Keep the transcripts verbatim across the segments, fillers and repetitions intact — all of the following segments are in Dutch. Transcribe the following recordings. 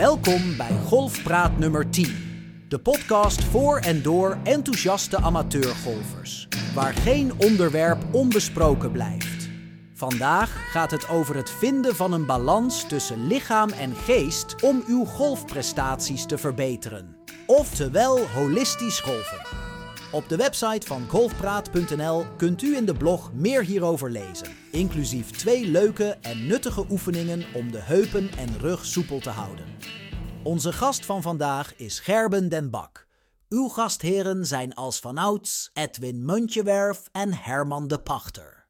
Welkom bij Golfpraat nummer tien. De podcast voor en door enthousiaste amateurgolfers. Waar geen onderwerp onbesproken blijft. Vandaag gaat het over het vinden van een balans tussen lichaam en geest om uw golfprestaties te verbeteren. Oftewel holistisch golfen. Op de website van golfpraat punt n l kunt u in de blog meer hierover lezen. Inclusief twee leuke en nuttige oefeningen om de heupen en rug soepel te houden. Onze gast van vandaag is Gerben den Bak. Uw gastheren zijn als vanouds Edwin Muntjewerf en Herman de Pachter.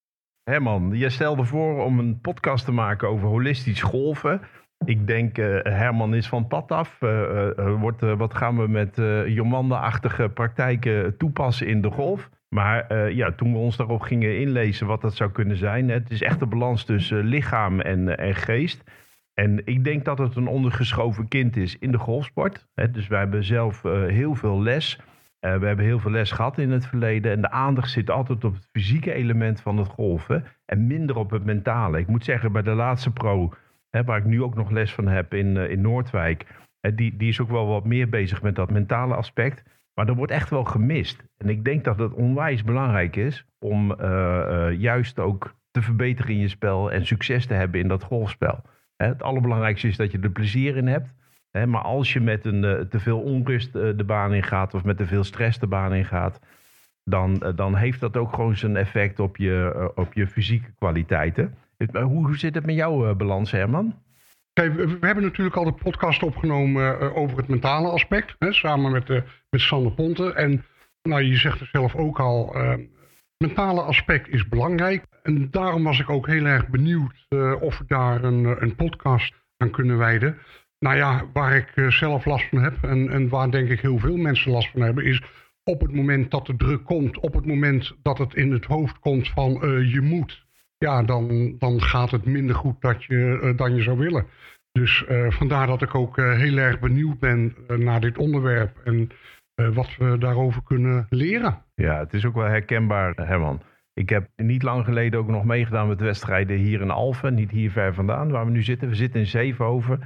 Herman, je stelde voor om een podcast te maken over holistisch golfen. Ik denk, uh, Herman is van het pad af. Uh, uh, wordt, uh, wat gaan we met uh, Jomanda-achtige praktijken toepassen in de golf? Maar uh, ja, toen we ons daarop gingen inlezen wat dat zou kunnen zijn. Hè, het is echt de balans tussen lichaam en, en geest. En ik denk dat het een ondergeschoven kind is in de golfsport. Hè, dus wij hebben zelf uh, heel veel les. Uh, we hebben heel veel les gehad in het verleden. En de aandacht zit altijd op het fysieke element van het golfen. En minder op het mentale. Ik moet zeggen, bij de laatste pro... Hè, waar ik nu ook nog les van heb in, uh, in Noordwijk. Hè, die, die is ook wel wat meer bezig met dat mentale aspect. Maar dat wordt echt wel gemist. En ik denk dat het onwijs belangrijk is om uh, uh, juist ook te verbeteren in je spel. En succes te hebben in dat golfspel. Hè, het allerbelangrijkste is dat je er plezier in hebt. Hè, maar als je met een, uh, te veel onrust uh, de baan in gaat. Of met te veel stress de baan in gaat. Dan, uh, dan heeft dat ook gewoon zijn effect op je, uh, op je fysieke kwaliteiten. Hoe, hoe zit het met jouw uh, balans, Herman? Kijk, we, we hebben natuurlijk al de podcast opgenomen uh, over het mentale aspect. Hè, samen met, uh, met Sander Ponte. En nou, je zegt het zelf ook al, uh, het mentale aspect is belangrijk. En daarom was ik ook heel erg benieuwd uh, of we daar een, een podcast aan kunnen wijden. Nou ja, waar ik uh, zelf last van heb en, en waar denk ik heel veel mensen last van hebben, is op het moment dat de druk komt, op het moment dat het in het hoofd komt van uh, je moet. Ja, dan, dan gaat het minder goed dat je, uh, dan je zou willen. Dus uh, vandaar dat ik ook uh, heel erg benieuwd ben uh, naar dit onderwerp en uh, wat we daarover kunnen leren. Ja, het is ook wel herkenbaar, Herman. Ik heb niet lang geleden ook nog meegedaan met wedstrijden hier in Alphen, niet hier ver vandaan waar we nu zitten. We zitten in Zevenhoven.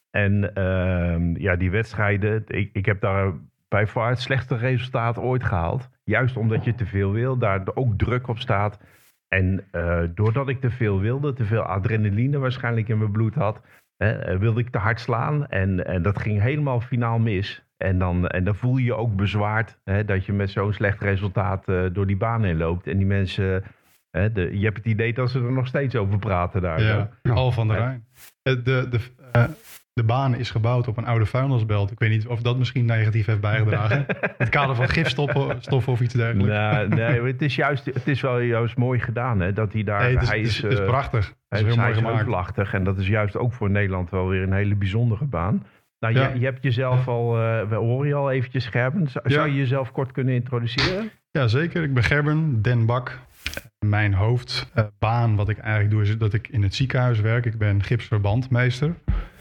En uh, ja, die wedstrijden, ik, ik heb daar bij far het slechtste resultaat ooit gehaald. Juist omdat je te veel wil, daar ook druk op staat. En uh, doordat ik te veel wilde, te veel adrenaline waarschijnlijk in mijn bloed had, hè, wilde ik te hard slaan. En, en dat ging helemaal finaal mis. En dan, en dan voel je je ook bezwaard, hè, dat je met zo'n slecht resultaat uh, door die baan heen loopt. En die mensen, hè, de, je hebt het idee dat ze er nog steeds over praten daar. Ja, zo. Al van der Rijn. De, de, de, uh, de baan is gebouwd op een oude vuilnisbelt. Ik weet niet of dat misschien negatief heeft bijgedragen. In het kader van gifstoffen of iets dergelijks. Nou, nee, het is, juist, het is wel juist mooi gedaan. Hè, dat hij daar... Nee, het is, hij is, het is, het is prachtig. Hij is is, heel hij mooi is gemaakt. heuvelachtig. En dat is juist ook voor Nederland wel weer een hele bijzondere baan. Nou, ja. je, je hebt jezelf al... Uh, we horen je al eventjes, Gerben. Zou, ja. zou je jezelf kort kunnen introduceren? Ja, zeker. Ik ben Gerben den Bak. Mijn hoofdbaan, uh, wat ik eigenlijk doe, is dat ik in het ziekenhuis werk. Ik ben gipsverbandmeester.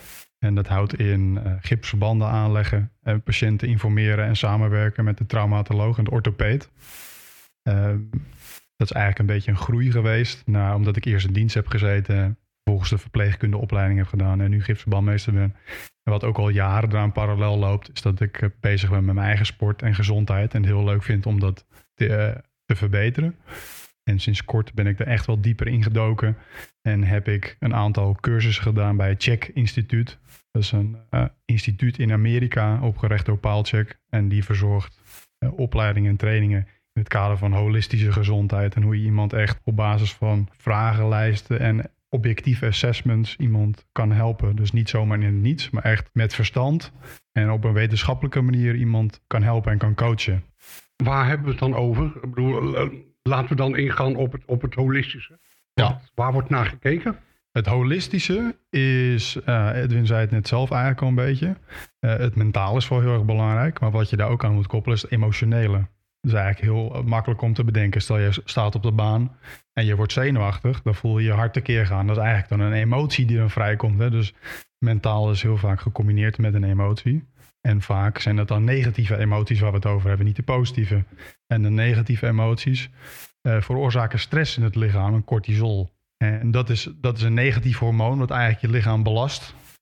En dat houdt in uh, gipsverbanden aanleggen, uh, patiënten informeren en samenwerken met de traumatoloog en de orthopeed. Uh, dat is eigenlijk een beetje een groei geweest. Nou, omdat ik eerst in dienst heb gezeten, volgens de verpleegkundeopleiding heb gedaan en nu gipsverbandmeester ben. En wat ook al jaren eraan parallel loopt, is dat ik uh, bezig ben met mijn eigen sport en gezondheid. En het heel leuk vind om dat te, uh, te verbeteren. En sinds kort ben ik er echt wel dieper ingedoken. En heb ik een aantal cursussen gedaan bij het Check Instituut. Dat is een uh, instituut in Amerika, opgericht door Paalcheck. En die verzorgt uh, opleidingen en trainingen in het kader van holistische gezondheid. En hoe je iemand echt op basis van vragenlijsten en objectieve assessments iemand kan helpen. Dus niet zomaar in het niets, maar echt met verstand. En op een wetenschappelijke manier iemand kan helpen en kan coachen. Waar hebben we het dan over? Ik bedoel, uh, laten we dan ingaan op het, op het holistische. Ja. Waar wordt naar gekeken? Het holistische is, uh, Edwin zei het net zelf eigenlijk al een beetje. Uh, het mentaal is wel heel erg belangrijk. Maar wat je daar ook aan moet koppelen is het emotionele. Dat is eigenlijk heel makkelijk om te bedenken. Stel je staat op de baan en je wordt zenuwachtig. Dan voel je je hart tekeer gaan. Dat is eigenlijk dan een emotie die dan vrijkomt. Hè? Dus mentaal is heel vaak gecombineerd met een emotie. En vaak zijn dat dan negatieve emoties waar we het over hebben, niet de positieve. En de negatieve emoties uh, veroorzaken stress in het lichaam, een cortisol. En dat is, dat is een negatief hormoon wat eigenlijk je lichaam belast.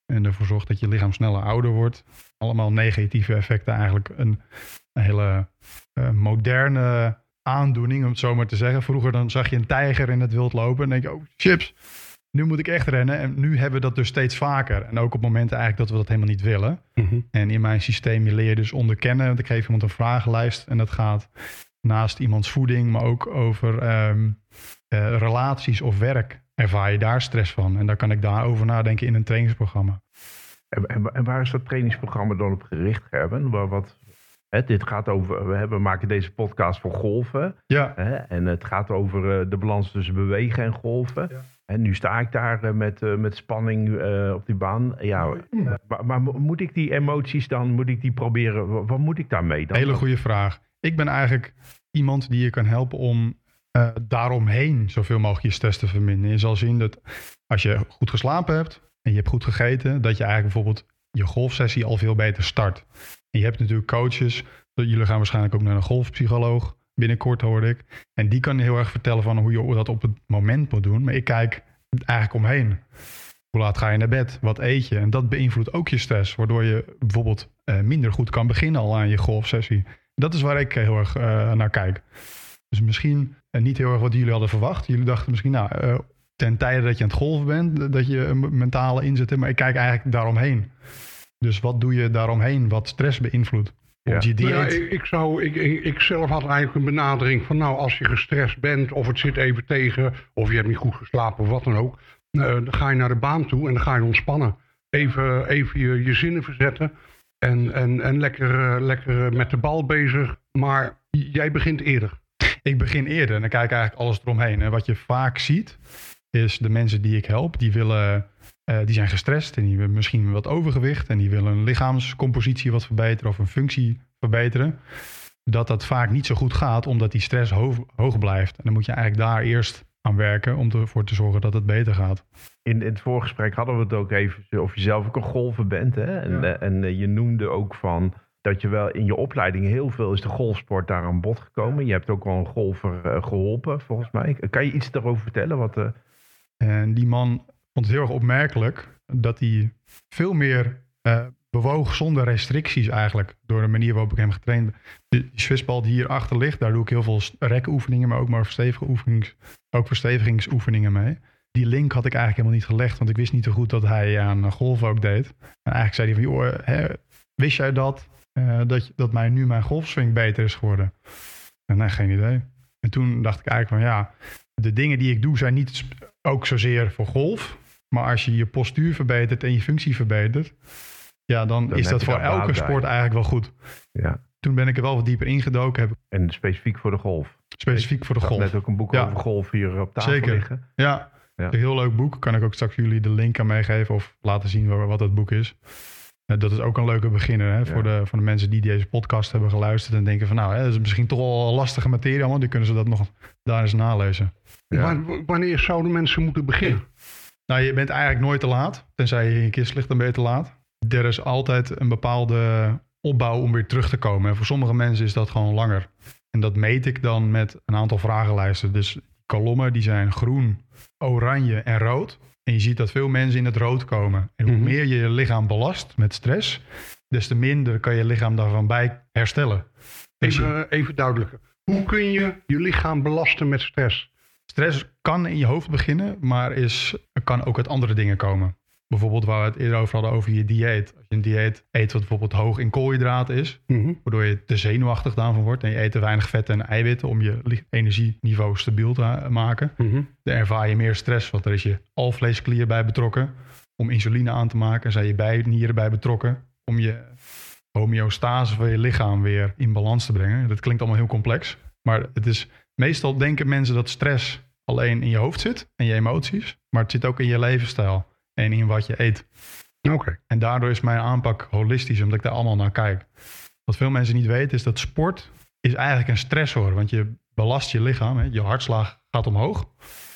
En ervoor zorgt dat je lichaam sneller ouder wordt. Allemaal negatieve effecten eigenlijk. Een, een hele uh, moderne aandoening, om het zo maar te zeggen. Vroeger dan zag je een tijger in het wild lopen en denk je, oh chips, nu moet ik echt rennen. En nu hebben we dat dus steeds vaker. En ook op momenten eigenlijk dat we dat helemaal niet willen. Mm-hmm. En in mijn systeem leer je dus onderkennen. Want ik geef iemand een vragenlijst en dat gaat naast iemands voeding, maar ook over um, uh, relaties of werk. Ervaar je daar stress van? En daar kan ik daarover nadenken in een trainingsprogramma. En, en, en waar is dat trainingsprogramma dan op gericht, Gerben? Wat, wat, hè, dit gaat over, we, hebben, we maken deze podcast voor golven. Ja. Hè, en het gaat over uh, de balans tussen bewegen en golven. Ja. En nu sta ik daar uh, met, uh, met spanning uh, op die baan. Ja, uh, maar, maar moet ik die emoties dan, moet ik die proberen, wat, wat moet ik daarmee dan? Hele goede vraag. Ik ben eigenlijk iemand die je kan helpen om uh, daaromheen zoveel mogelijk je stress te verminderen. Je zal zien dat als je goed geslapen hebt en je hebt goed gegeten, dat je eigenlijk bijvoorbeeld je golfsessie al veel beter start. En je hebt natuurlijk coaches, jullie gaan waarschijnlijk ook naar een golfpsycholoog binnenkort, hoorde ik. En die kan heel erg vertellen van hoe je dat op het moment moet doen. Maar ik kijk eigenlijk omheen. Hoe laat ga je naar bed? Wat eet je? En dat beïnvloedt ook je stress, waardoor je bijvoorbeeld uh, minder goed kan beginnen al aan je golfsessie. Dat is waar ik heel erg uh, naar kijk. Dus misschien uh, niet heel erg wat jullie hadden verwacht. Jullie dachten misschien, nou, uh, ten tijde dat je aan het golven bent, dat je een mentale inzet hebt. Maar ik kijk eigenlijk daaromheen. Dus wat doe je daaromheen wat stress beïnvloedt? Ja. Nou ja, ik, ik, zou, ik, ik, ik zelf had eigenlijk een benadering van, nou, als je gestrest bent of het zit even tegen, of je hebt niet goed geslapen of wat dan ook, uh, dan ga je naar de baan toe en dan ga je ontspannen. Even, even je, je zinnen verzetten en, en, en lekker, uh, lekker met de bal bezig, maar jij begint eerder. Ik begin eerder en dan kijk ik eigenlijk alles eromheen. En wat je vaak ziet, is de mensen die ik help, die willen... Uh, die zijn gestrest en die hebben misschien wat overgewicht en die willen een lichaamscompositie wat verbeteren of een functie verbeteren. Dat dat vaak niet zo goed gaat omdat die stress hoog, hoog blijft. En dan moet je eigenlijk daar eerst aan werken om ervoor te zorgen dat het beter gaat. In, in het voorgesprek hadden we het ook even of je zelf ook een golfer bent. Hè? En, ja. en uh, je noemde ook van dat je wel in je opleiding heel veel is de golfsport daar aan bod gekomen. Je hebt ook wel een golfer uh, geholpen volgens mij. Kan je iets daarover vertellen? Wat, uh... En die man... Ik vond het heel erg opmerkelijk dat hij veel meer uh, bewoog zonder restricties eigenlijk. Door de manier waarop ik hem getraind heb. Die Swissbal die hierachter ligt, daar doe ik heel veel rekoefeningen, maar ook maar verstevigingsoefenings, ook verstevigingsoefeningen mee. Die link had ik eigenlijk helemaal niet gelegd, want ik wist niet zo goed dat hij aan golf ook deed. En eigenlijk zei hij van, joh, hè, wist jij dat, uh, dat, dat mij nu mijn golfswing beter is geworden? En nee, geen idee. En toen dacht ik eigenlijk van, ja, de dingen die ik doe zijn niet ook zozeer voor golf. Maar als je je postuur verbetert en je functie verbetert, ja, dan, dan is dat voor elke sport eigenlijk wel goed. Ja. Toen ben ik er wel wat dieper ingedoken. Heb... En specifiek voor de golf? Specifiek voor de golf. Ik had net ook een boek ja. over golf hier op tafel Zeker. liggen. Ja, ja. Een heel leuk boek. Kan ik ook straks jullie de link aan meegeven of laten zien wat het boek is. Dat is ook een leuke beginner hè, ja. voor, de, voor de mensen die deze podcast hebben geluisterd en denken van nou, hè, dat is misschien toch wel een lastige materie allemaal. Die kunnen ze dat nog daar eens nalezen. Ja. W- wanneer zouden mensen moeten beginnen? Nou, je bent eigenlijk nooit te laat. Tenzij je in je kist ligt, dan ben je te laat. Er is altijd een bepaalde opbouw om weer terug te komen. En voor sommige mensen is dat gewoon langer. En dat meet ik dan met een aantal vragenlijsten. Dus kolommen die zijn groen, oranje en rood. En je ziet dat veel mensen in het rood komen. En hoe mm-hmm. meer je je lichaam belast met stress, des te minder kan je lichaam daarvan bij herstellen. Even, uh, even duidelijker. Hoe kun je je lichaam belasten met stress? Stress kan in je hoofd beginnen, maar is, kan ook uit andere dingen komen. Bijvoorbeeld waar we het eerder over hadden over je dieet. Als je een dieet eet wat bijvoorbeeld hoog in koolhydraten is, mm-hmm. waardoor je te zenuwachtig daarvan wordt en je eet te weinig vet en eiwitten om je energieniveau stabiel te maken. Mm-hmm. Dan ervaar je meer stress, want er is je alvleesklier bij betrokken om insuline aan te maken. Er zijn je bijnieren bij betrokken om je homeostase van je lichaam weer in balans te brengen. Dat klinkt allemaal heel complex, maar het is... Meestal denken mensen dat stress alleen in je hoofd zit en je emoties, maar het zit ook in je levensstijl en in wat je eet. Oké. Okay. En daardoor is mijn aanpak holistisch, omdat ik daar allemaal naar kijk. Wat veel mensen niet weten is dat sport is eigenlijk een stressor, want je belast je lichaam, hè? Je hartslag gaat omhoog.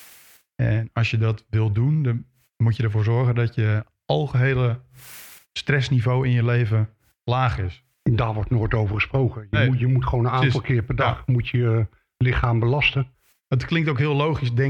En als je dat wil doen, dan moet je ervoor zorgen dat je algehele stressniveau in je leven laag is. Daar wordt nooit over gesproken. Je, nee. moet, je moet gewoon een aantal Precies. keer per dag ja. moet je lichaam belasten. Het klinkt ook heel logisch, denk ik.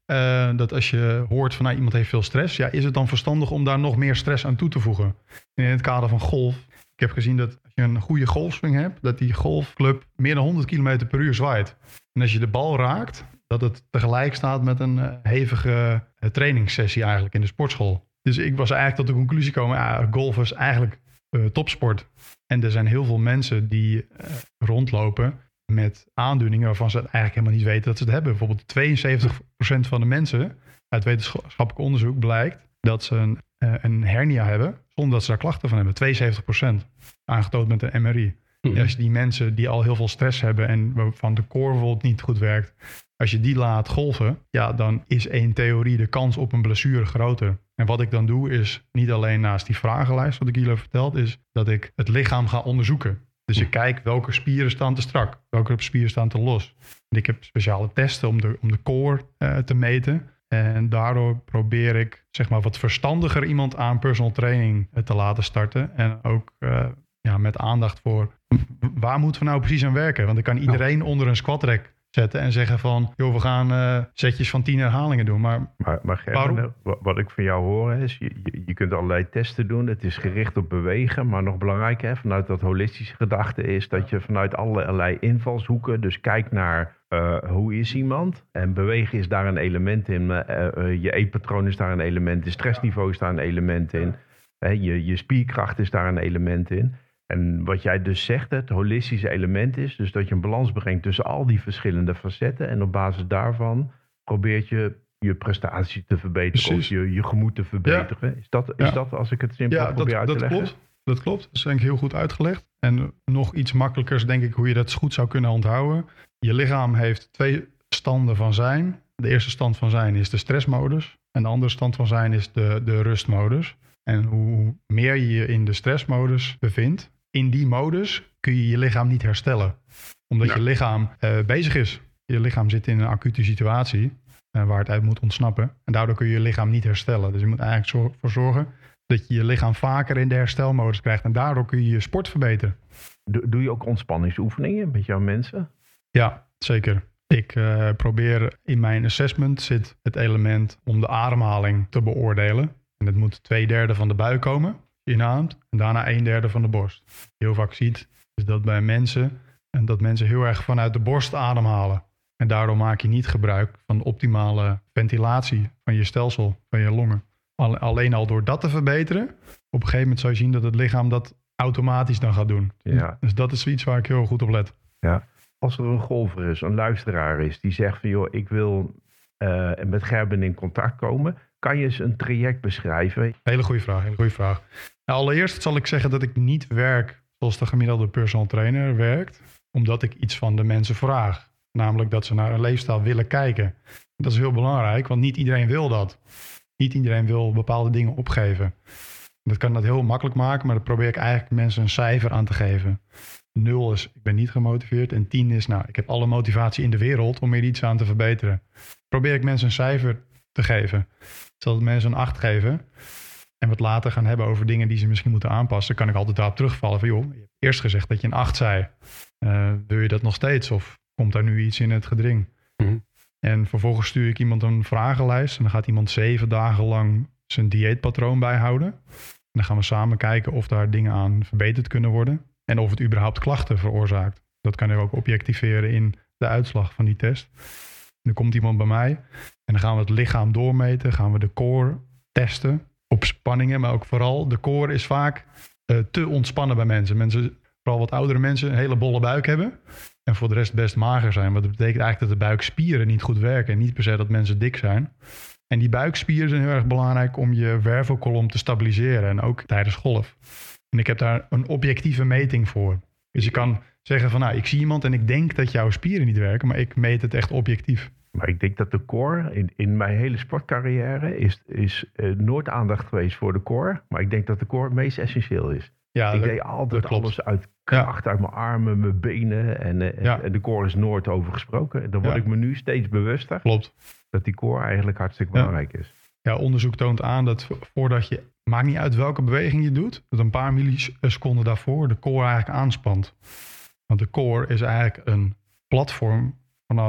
Uh, dat als je hoort van nou, iemand heeft veel stress, ja, is het dan verstandig om daar nog meer stress aan toe te voegen? En in het kader van golf, ik heb gezien dat als je een goede golfswing hebt, dat die golfclub meer dan honderd kilometer per uur zwaait. En als je de bal raakt, dat het tegelijk staat met een uh, hevige uh, trainingssessie eigenlijk in de sportschool. Dus ik was eigenlijk tot de conclusie gekomen, ja, golf is eigenlijk uh, topsport. En er zijn heel veel mensen die uh, rondlopen met aandoeningen waarvan ze eigenlijk helemaal niet weten dat ze het hebben. Bijvoorbeeld tweeënzeventig procent van de mensen uit wetenschappelijk onderzoek blijkt dat ze een, uh, een hernia hebben zonder dat ze daar klachten van hebben. tweeënzeventig procent aangetoond met een M R I. Mm-hmm. Als je die mensen die al heel veel stress hebben en waarvan de core bijvoorbeeld niet goed werkt, als je die laat golven, ja, dan is in theorie de kans op een blessure groter. En wat ik dan doe is niet alleen naast die vragenlijst wat ik jullie heb verteld, is dat ik het lichaam ga onderzoeken. Dus ik kijk welke spieren staan te strak, welke spieren staan te los. En ik heb speciale testen om de, om de core uh, te meten. En daardoor probeer ik zeg maar wat verstandiger iemand aan personal training uh, te laten starten. En ook uh, ja, met aandacht voor waar moeten we nou precies aan werken. Want ik kan iedereen onder een squat rack zetten en zeggen van, joh, we gaan uh, setjes van tien herhalingen doen. Maar, maar, maar Gerben, wat ik van jou hoor is, je, je, je kunt allerlei testen doen. Het is gericht op bewegen, maar nog belangrijker, vanuit dat holistische gedachte is dat je vanuit allerlei invalshoeken, dus kijkt naar uh, hoe is iemand. En bewegen is daar een element in. Uh, uh, je eetpatroon is daar een element in. Stressniveau is daar een element in. Uh, je, je spierkracht is daar een element in. En wat jij dus zegt, het holistische element is dus dat je een balans brengt tussen al die verschillende facetten. En op basis daarvan probeert je je prestatie te verbeteren. Precies. Of je, je gemoed te verbeteren. Ja. Is, dat, is ja. dat, als ik het simpel ja, probeer dat, uit te dat leggen? Klopt. Dat klopt. Dat is denk ik heel goed uitgelegd. En nog iets makkelijker denk ik hoe je dat goed zou kunnen onthouden. Je lichaam heeft twee standen van zijn. De eerste stand van zijn is de stressmodus. En de andere stand van zijn is de, de rustmodus. En hoe meer je je in de stressmodus bevindt, in die modus kun je je lichaam niet herstellen. Omdat ja. je lichaam uh, bezig is. Je lichaam zit in een acute situatie uh, waar het uit moet ontsnappen. En daardoor kun je je lichaam niet herstellen. Dus je moet eigenlijk ervoor zorgen dat je je lichaam vaker in de herstelmodus krijgt. En daardoor kun je je sport verbeteren. Doe je ook ontspanningsoefeningen met jouw mensen? Ja, zeker. Ik uh, probeer in mijn assessment zit het element om de ademhaling te beoordelen. En het moet twee derde van de buik komen. Inademt en daarna een derde van de borst. Heel vaak ziet is dat bij mensen en dat mensen heel erg vanuit de borst ademhalen. En daardoor maak je niet gebruik van de optimale ventilatie van je stelsel, van je longen. Alleen al door dat te verbeteren, op een gegeven moment zou je zien dat het lichaam dat automatisch dan gaat doen. Ja. Dus dat is iets waar ik heel goed op let. Ja. Als er een golfer is, een luisteraar is, die zegt van joh, ik wil uh, met Gerben in contact komen. Kan je eens een traject beschrijven? Hele goede vraag, hele goede vraag. Nou, allereerst zal ik zeggen dat ik niet werk zoals de gemiddelde personal trainer werkt, omdat ik iets van de mensen vraag. Namelijk dat ze naar een leefstijl willen kijken. Dat is heel belangrijk, want niet iedereen wil dat. Niet iedereen wil bepaalde dingen opgeven. Dat kan dat heel makkelijk maken, maar dan probeer ik eigenlijk mensen een cijfer aan te geven. Nul is, ik ben niet gemotiveerd. En tien is, nou, ik heb alle motivatie in de wereld om hier iets aan te verbeteren. Probeer ik mensen een cijfer te geven. Zodat mensen een acht geven. En wat later gaan hebben over dingen die ze misschien moeten aanpassen, kan ik altijd daarop terugvallen van, joh, je hebt eerst gezegd dat je een acht zei. Uh, wil je dat nog steeds? Of komt daar nu iets in het gedring? Mm-hmm. En vervolgens stuur ik iemand een vragenlijst. En dan gaat iemand zeven dagen lang zijn dieetpatroon bijhouden. En dan gaan we samen kijken of daar dingen aan verbeterd kunnen worden. En of het überhaupt klachten veroorzaakt. Dat kan ik ook objectiveren in de uitslag van die test. En dan komt iemand bij mij. En dan gaan we het lichaam doormeten. Gaan we de core testen. Op spanningen, maar ook vooral de core is vaak uh, te ontspannen bij mensen. Mensen, vooral wat oudere mensen, een hele bolle buik hebben. En voor de rest best mager zijn. Want dat betekent eigenlijk dat de buikspieren niet goed werken. En niet per se dat mensen dik zijn. En die buikspieren zijn heel erg belangrijk om je wervelkolom te stabiliseren. En ook tijdens golf. En ik heb daar een objectieve meting voor. Dus je kan zeggen van, nou, ik zie iemand en ik denk dat jouw spieren niet werken. Maar ik meet het echt objectief. Maar ik denk dat de core, in, in mijn hele sportcarrière, is, is uh, nooit aandacht geweest voor de core. Maar ik denk dat de core het meest essentieel is. Ja, ik dat, deed altijd alles uit kracht, ja. uit mijn armen, mijn benen. En, uh, ja. en de core is nooit over gesproken. Daar word ja. ik me nu steeds bewuster. Klopt. Dat die core eigenlijk hartstikke ja. belangrijk is. Ja, onderzoek toont aan dat voordat je, maakt niet uit welke beweging je doet, dat een paar milliseconden daarvoor de core eigenlijk aanspant. Want de core is eigenlijk een platform vanaf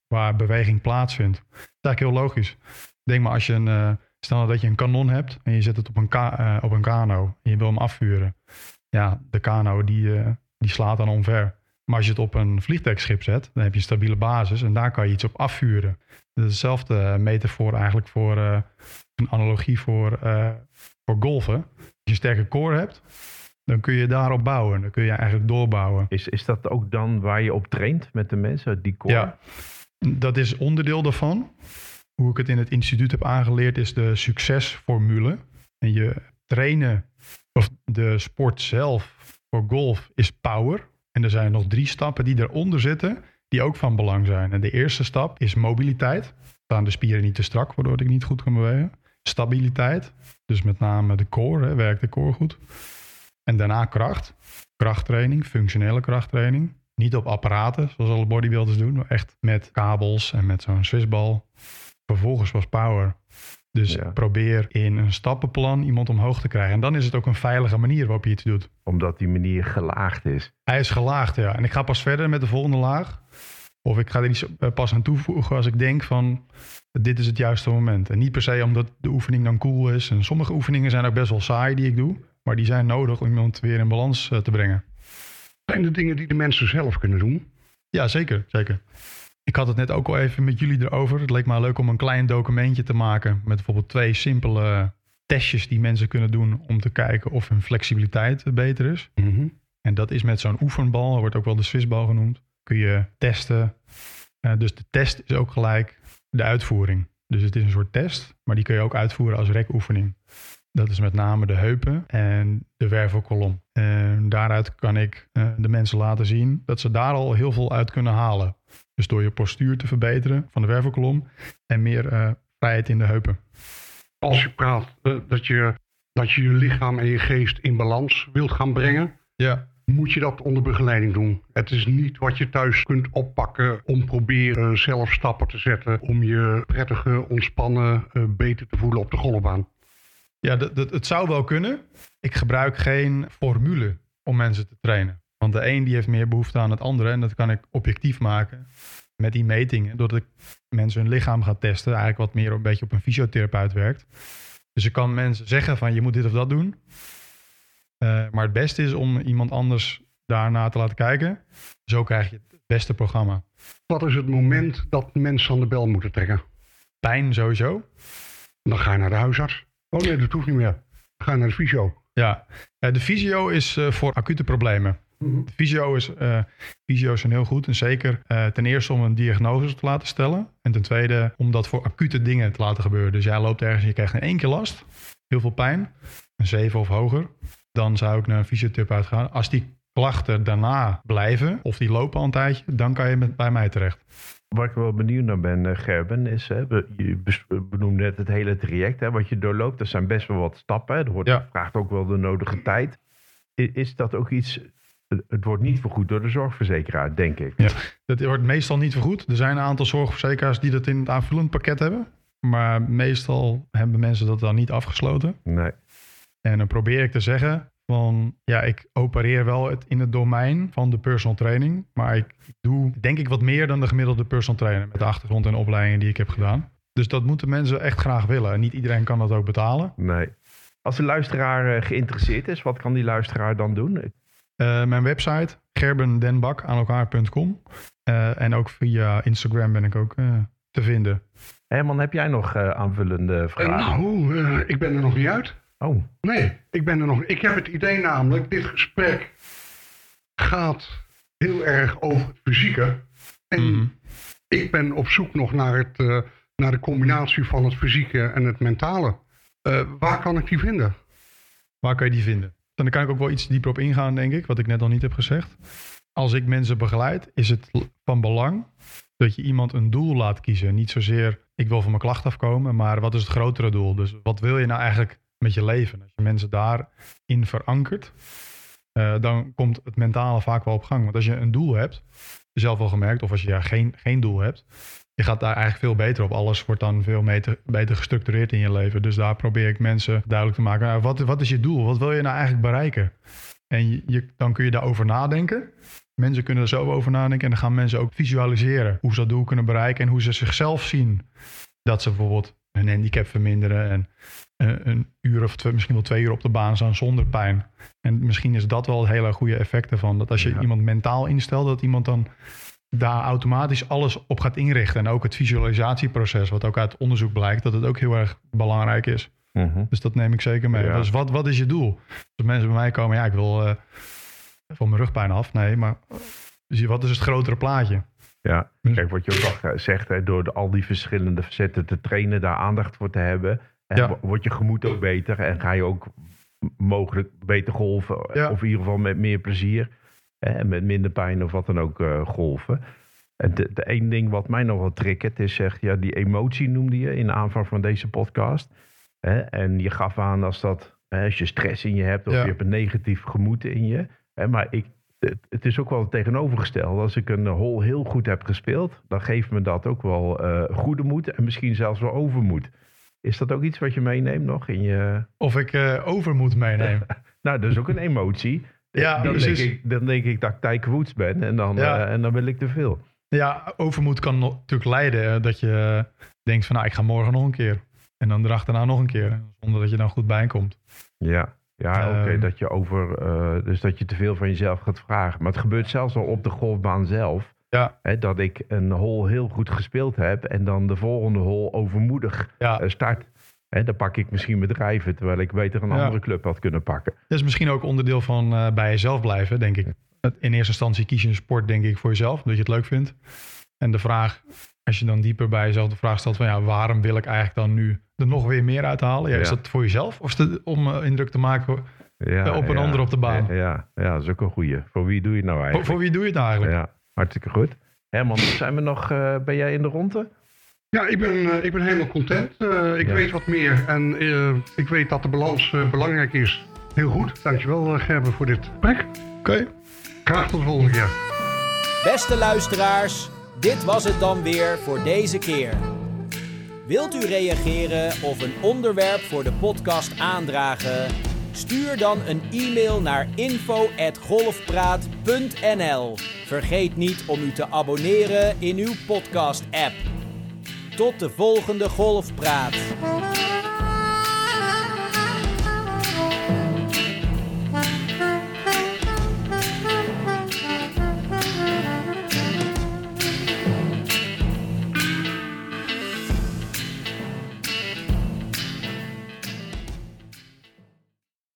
waar beweging plaatsvindt. Dat is eigenlijk heel logisch. Denk maar als je een, uh, stel dat je een kanon hebt en je zet het op een, ka- uh, op een kano en je wil hem afvuren. Ja, de kano die, uh, die slaat dan omver. Maar als je het op een vliegtuigschip zet, dan heb je een stabiele basis en daar kan je iets op afvuren. Dat is dezelfde metafoor eigenlijk voor uh, een analogie voor, uh, voor golfen. Als je een sterke core hebt, dan kun je daarop bouwen. Dan kun je eigenlijk doorbouwen. Is, is dat ook dan waar je op traint met de mensen, die core? Ja, dat is onderdeel daarvan. Hoe ik het in het instituut heb aangeleerd is de succesformule. En je trainen, of de sport zelf voor golf is power. En er zijn nog drie stappen die eronder zitten, die ook van belang zijn. En de eerste stap is mobiliteit. Staan de spieren niet te strak, waardoor ik niet goed kan bewegen. Stabiliteit, dus met name de core, hè, werkt de core goed. En daarna kracht. Krachttraining, functionele krachttraining. Niet op apparaten, zoals alle bodybuilders doen. Maar echt met kabels en met zo'n swissbal. Vervolgens was power. Dus Ja. probeer in een stappenplan iemand omhoog te krijgen. En dan is het ook een veilige manier waarop je iets doet. Omdat die manier gelaagd is. Hij is gelaagd, ja. En ik ga pas verder met de volgende laag. Of ik ga er iets uh, pas aan toevoegen als ik denk van, dit is het juiste moment. En niet per se omdat de oefening dan cool is. En sommige oefeningen zijn ook best wel saai die ik doe. Maar die zijn nodig om iemand weer in balans uh, te brengen. Zijn er dingen die de mensen zelf kunnen doen? Ja, zeker, zeker. Ik had het net ook al even met jullie erover. Het leek me leuk om een klein documentje te maken met bijvoorbeeld twee simpele testjes die mensen kunnen doen om te kijken of hun flexibiliteit beter is. Mm-hmm. En dat is met zo'n oefenbal, wordt ook wel de Swissbal genoemd. Kun je testen. Uh, dus de test is ook gelijk de uitvoering. Dus het is een soort test, maar die kun je ook uitvoeren als rekoefening. Dat is met name de heupen en de wervelkolom. En daaruit kan ik uh, de mensen laten zien dat ze daar al heel veel uit kunnen halen. Dus door je postuur te verbeteren van de wervelkolom en meer uh, vrijheid in de heupen. Als je praat uh, dat, je, dat je je lichaam en je geest in balans wilt gaan brengen, Ja. moet je dat onder begeleiding doen. Het is niet wat je thuis kunt oppakken om proberen zelf stappen te zetten om je prettige, ontspannen, uh, beter te voelen op de golfbaan. Ja, dat, dat, het zou wel kunnen. Ik gebruik geen formule om mensen te trainen. Want de een die heeft meer behoefte aan het andere. En dat kan ik objectief maken met die metingen. Doordat ik mensen hun lichaam ga testen. Eigenlijk wat meer een beetje op een fysiotherapeut werkt. Dus ik kan mensen zeggen van je moet dit of dat doen. Uh, maar het beste is om iemand anders daarna te laten kijken. Zo krijg je het beste programma. Wat is het moment dat mensen aan de bel moeten trekken? Pijn sowieso. Dan ga je naar de huisarts. Oh nee, dat hoeft niet meer. Dan ga je naar de fysio. Ja, uh, de fysio is uh, voor acute problemen. Mm-hmm. De fysio is, uh, fysio's zijn heel goed. En zeker uh, ten eerste om een diagnose te laten stellen. En ten tweede om dat voor acute dingen te laten gebeuren. Dus jij loopt ergens en je krijgt in één keer last. Heel veel pijn. Een zeven of hoger. Dan zou ik naar een fysiotherapeut gaan. Als die klachten daarna blijven, of die lopen al een tijdje, dan kan je met, bij mij terecht. Waar ik wel benieuwd naar ben, uh, Gerben, is, hè, we, je benoemde net het hele traject, hè, wat je doorloopt. Dat zijn best wel wat stappen. Hè. Er wordt, Ja. vraagt ook wel de nodige tijd. Is, is dat ook iets, het wordt niet vergoed door de zorgverzekeraar, denk ik. Ja. Dat wordt meestal niet vergoed. Er zijn een aantal zorgverzekeraars die dat in het aanvullend pakket hebben. Maar meestal hebben mensen dat dan niet afgesloten. Nee. En dan probeer ik te zeggen van, ja, ik opereer wel het in het domein van de personal training. Maar ik doe denk ik wat meer dan de gemiddelde personal trainer met de achtergrond en opleidingen die ik heb gedaan. Dus dat moeten mensen echt graag willen. En niet iedereen kan dat ook betalen. Nee. Als de luisteraar uh, geïnteresseerd is, wat kan die luisteraar dan doen? Uh, mijn website, gerbendenbak aan elkaar punt com. Uh, en ook via Instagram ben ik ook uh, te vinden. Herman, heb jij nog uh, aanvullende vragen? Uh, nou, uh, ik ben er nog niet uit. Oh. Nee, ik ben er nog. Ik heb het idee namelijk, dit gesprek gaat heel erg over het fysieke. En Mm-hmm. ik ben op zoek nog naar, het, uh, naar de combinatie van het fysieke en het mentale. Uh, waar kan ik die vinden? Waar kan je die vinden? En daar kan ik ook wel iets dieper op ingaan, denk ik, wat ik net al niet heb gezegd. Als ik mensen begeleid, is het van belang dat je iemand een doel laat kiezen. Niet zozeer, ik wil van mijn klacht afkomen, maar wat is het grotere doel? Dus wat wil je nou eigenlijk met je leven? Als je mensen daarin verankert, uh, dan komt het mentale vaak wel op gang. Want als je een doel hebt, zelf al gemerkt, of als je ja, geen, geen doel hebt, je gaat daar eigenlijk veel beter op. Alles wordt dan veel beter, beter gestructureerd in je leven. Dus daar probeer ik mensen duidelijk te maken. Nou, wat, wat is je doel? Wat wil je nou eigenlijk bereiken? En je, je, dan kun je daarover nadenken. Mensen kunnen er zo over nadenken en dan gaan mensen ook visualiseren hoe ze dat doel kunnen bereiken en hoe ze zichzelf zien. Dat ze bijvoorbeeld hun handicap verminderen en uh, een uur of twee, misschien wel twee uur op de baan staan zonder pijn. En misschien is dat wel het hele goede effect ervan. Dat als je ja. iemand mentaal instelt, dat iemand dan daar automatisch alles op gaat inrichten. En ook het visualisatieproces, wat ook uit onderzoek blijkt, dat het ook heel erg belangrijk is. Mm-hmm. Dus dat neem ik zeker mee. Ja. Dus wat, wat is je doel? Als mensen bij mij komen, ja, ik wil uh, van mijn rugpijn af. Nee, maar wat is het grotere plaatje? Ja, kijk wat je ook al zegt, hè, door de, al die verschillende facetten te trainen, daar aandacht voor te hebben, ja. wordt je gemoed ook beter en ga je ook mogelijk beter golven. Ja. Of in ieder geval met meer plezier en met minder pijn of wat dan ook uh, golven. En de, de één ding wat mij nog wel triggert is, zeg, ja, die emotie noemde je in de aanvang van deze podcast. Hè, en je gaf aan als dat, hè, als je stress in je hebt of ja. je hebt een negatief gemoed in je. Hè, maar ik Het, het is ook wel het tegenovergestelde. Als ik een hole heel goed heb gespeeld, dan geeft me dat ook wel uh, goede moed en misschien zelfs wel overmoed. Is dat ook iets wat je meeneemt nog in je... Of ik uh, overmoed meeneem? Nou, dat is ook een emotie. Ja, dan, denk ik, dan denk ik dat ik Tiger Woods ben en dan, ja. uh, en dan wil ik te veel. Ja, overmoed kan natuurlijk leiden dat je denkt van nou, ik ga morgen nog een keer. En dan erachterna nog een keer, zonder dat je dan goed bijkomt. Ja. Ja, oké, okay, um, dat je over, uh, dus dat je te veel van jezelf gaat vragen. Maar het gebeurt zelfs al op de golfbaan zelf. Ja. Hè, dat ik een hole heel goed gespeeld heb en dan de volgende hole overmoedig ja. uh, start. Hè, dan pak ik misschien bedrijven, terwijl ik beter een ja. andere club had kunnen pakken. Dat is misschien ook onderdeel van uh, bij jezelf blijven, denk ik. In eerste instantie kies je een sport, denk ik, voor jezelf, omdat je het leuk vindt. En de vraag, als je dan dieper bij jezelf de vraag stelt van ja, waarom wil ik eigenlijk dan nu er nog weer meer uithalen? Ja, ja. Is dat voor jezelf of is het om uh, indruk te maken ja, op een ja, ander op de baan? Ja, ja, ja, dat is ook een goeie. Voor wie doe je het nou eigenlijk? Voor, voor wie doe je het nou eigenlijk? Ja, hartstikke goed. Herman, zijn we nog, uh, ben jij in de ronde? Ja, ik ben, uh, ik ben helemaal content. Uh, ik ja. weet wat meer en uh, ik weet dat de balans uh, belangrijk is. Heel goed. Dankjewel uh, Gerben voor dit gesprek. Oké. Okay. Graag tot de volgende keer. Beste luisteraars, dit was het dan weer voor deze keer. Wilt u reageren of een onderwerp voor de podcast aandragen? Stuur dan een e-mail naar info at golfpraat punt n l. Vergeet niet om u te abonneren in uw podcast-app. Tot de volgende Golfpraat.